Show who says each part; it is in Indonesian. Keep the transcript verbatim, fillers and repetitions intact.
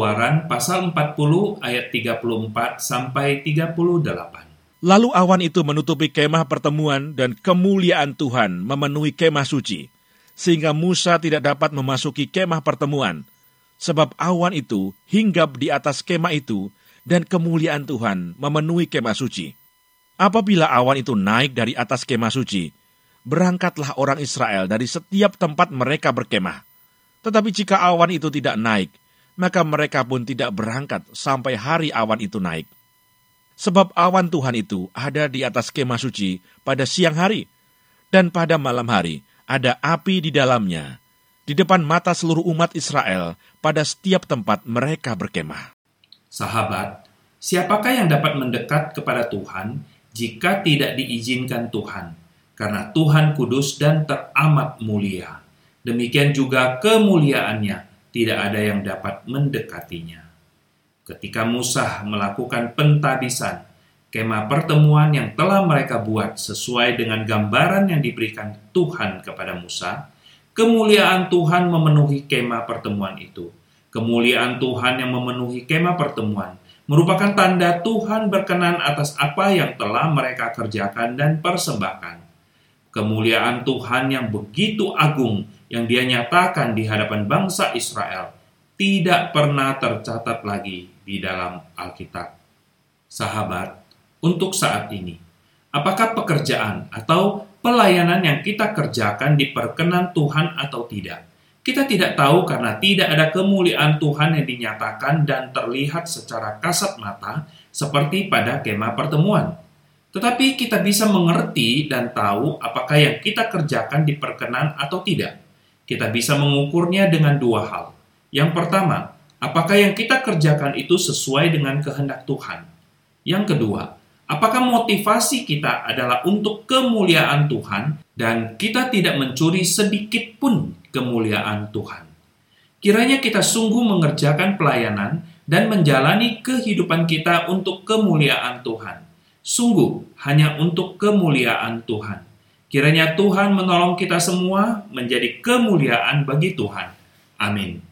Speaker 1: Keluaran pasal empat puluh ayat tiga puluh empat sampai tiga puluh delapan.
Speaker 2: Lalu awan itu menutupi kemah pertemuan dan kemuliaan Tuhan memenuhi kemah suci, sehingga Musa tidak dapat memasuki kemah pertemuan, sebab awan itu hinggap di atas kemah itu dan kemuliaan Tuhan memenuhi kemah suci. Apabila awan itu naik dari atas kemah suci, berangkatlah orang Israel dari setiap tempat mereka berkemah. Tetapi jika awan itu tidak naik, maka mereka pun tidak berangkat sampai hari awan itu naik. Sebab awan Tuhan itu ada di atas kemah suci pada siang hari, dan pada malam hari ada api di dalamnya, di depan mata seluruh umat Israel pada setiap tempat mereka berkemah.
Speaker 1: Sahabat, siapakah yang dapat mendekat kepada Tuhan jika tidak diizinkan Tuhan? Karena Tuhan kudus dan teramat mulia. Demikian juga kemuliaannya, tidak ada yang dapat mendekatinya. Ketika Musa melakukan pentabisan, kemah pertemuan yang telah mereka buat sesuai dengan gambaran yang diberikan Tuhan kepada Musa, kemuliaan Tuhan memenuhi kemah pertemuan itu. Kemuliaan Tuhan yang memenuhi kemah pertemuan merupakan tanda Tuhan berkenan atas apa yang telah mereka kerjakan dan persembahkan. Kemuliaan Tuhan yang begitu agung yang Dia nyatakan di hadapan bangsa Israel tidak pernah tercatat lagi di dalam Alkitab. Sahabat, untuk saat ini, apakah pekerjaan atau pelayanan yang kita kerjakan diperkenan Tuhan atau tidak? Kita tidak tahu karena tidak ada kemuliaan Tuhan yang dinyatakan dan terlihat secara kasat mata seperti pada kemah pertemuan. Tetapi kita bisa mengerti dan tahu apakah yang kita kerjakan diperkenan atau tidak. Kita bisa mengukurnya dengan dua hal. Yang pertama, apakah yang kita kerjakan itu sesuai dengan kehendak Tuhan? Yang kedua, apakah motivasi kita adalah untuk kemuliaan Tuhan dan kita tidak mencuri sedikit pun kemuliaan Tuhan? Kiranya kita sungguh mengerjakan pelayanan dan menjalani kehidupan kita untuk kemuliaan Tuhan. Sungguh hanya untuk kemuliaan Tuhan. Kiranya Tuhan menolong kita semua menjadi kemuliaan bagi Tuhan. Amin.